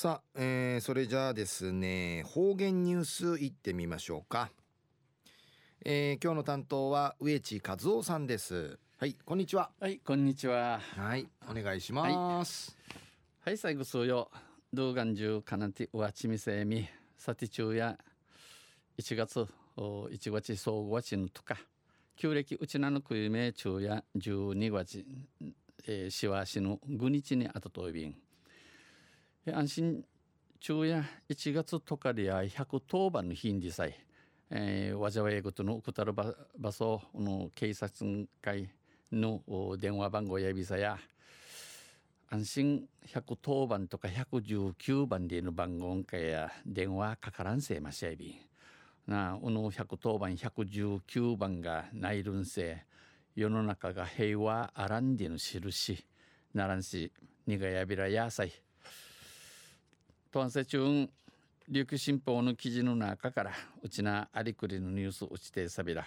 さあ、それじゃあですね、方言ニュースいってみましょうか。今日の担当は植地和夫さんです。はい、こんにちは。 はい、こんにちは。 はい、お願いしはい、 ます。 はい、最後数よ。動画中かなてうわちみせみ。さて中や1月1月総合ちんとか。旧暦うちなのくいめ中や12月、しわしの5日にあたといびん。安心中や1月とかでや110番の日にさえ、わじゃわえごとのくたるばその警察会の電話番号やびさや安心110番とか119番での番号かや電話かからんせましゃいびなおの110番119番がないるんせ世の中が平和あらんでの印ならんしにがやびらやさいとんせ中琉球新報の記事の中からうちなありくりのニュースうちてさびら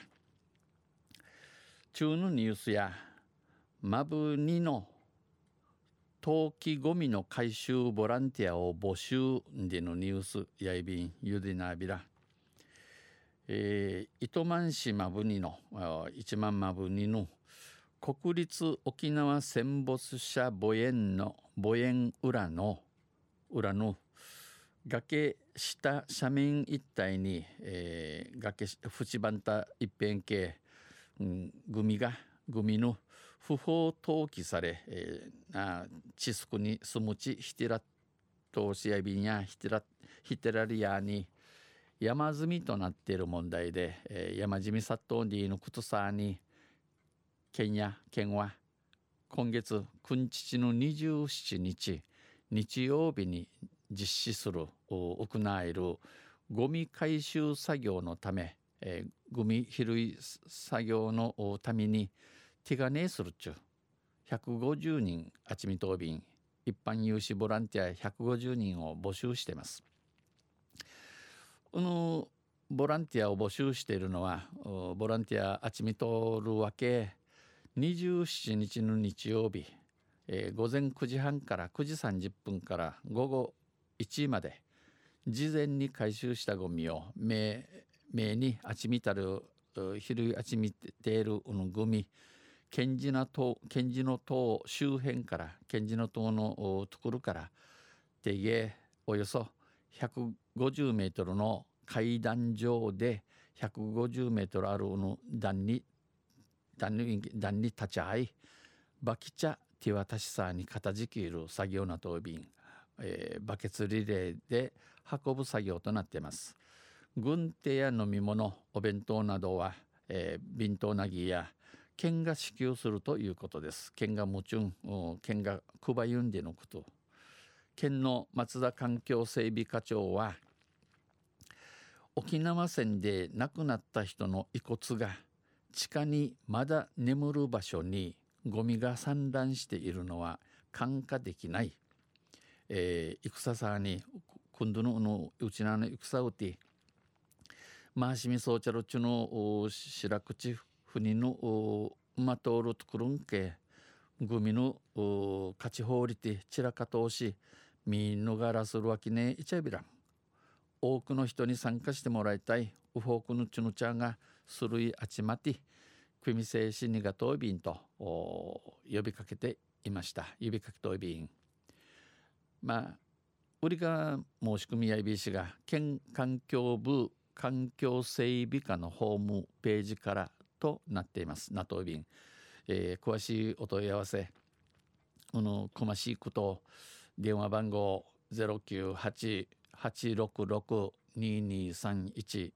中のニュースやマブニの冬季ゴミの回収ボランティアを募集でのニュースやいびんゆでなびら、糸満市マブニの1万マブニの国立沖縄戦没者墓園の墓園裏の崖下斜面一帯に、崖縁番た一辺系、グミの不法投棄され、地区に住むちヒテラ投資やびんやヒテラリアに山積みとなっている問題で、山積み殺到にのことさに県は今月9日の27日日曜日に実施する行えるゴミ回収作業のため、ゴミ拾い作業のために手がねえするっちゅう150人あちみとうびん一般有志ボランティア150人を募集しています。ボランティアを募集しているのはボランティアあちみとるわけ27日の日曜日、午前9時半から9時30分から午後1時まで事前に回収したゴミを名にあちみたる拾いあちみているゴミケンジノ島周辺からケンジノ島のところから定芸およそ150メートルの階段上で150メートルある段に立ち会いバキチャティワタシサーに片付ける作業など便、バケツリレーで運ぶ作業となっています。軍手や飲み物お弁当などは、便当なぎや県が支給するということです。県がもちろん県が配るんでのこと。県の松田環境整備課長は沖縄戦で亡くなった人の遺骨が地下にまだ眠る場所にゴミが散乱しているのは看過できない。戦さに今度のうちなの戦うてマーシミソーチャロチュの白口国の馬通るところんけグミの勝ち放りて散らか通しみんのがらするわけねいちゃびらん多くの人に参加してもらいたいウフォークのチュヌチャーがするいあちまてクミセイシニガトイビンと呼びかけていました。呼びかけといびん売りが申し込みやいびしが県環境部環境整備課のホームページからとなっています。なといびん、詳しいお問い合わせ詳しいこと電話番号 098-866-2231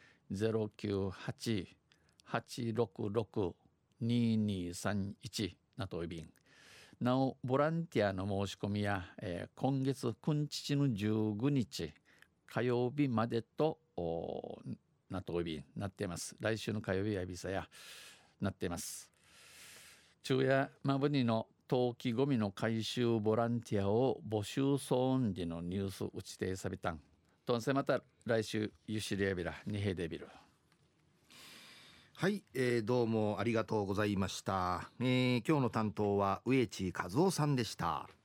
098-866-2231なといびんなおボランティアの申し込みや、今月9日の15日火曜日までとなといびんなっています。来週の火曜日やびさやなっています。昼夜マブニの冬季ゴミの回収ボランティアを募集ソーンでのニュース打ちてさびたんとんせまた来週ゆしりやびらにへでびる。 はい、どうもありがとうございました。今日の担当は植地和夫さんでした。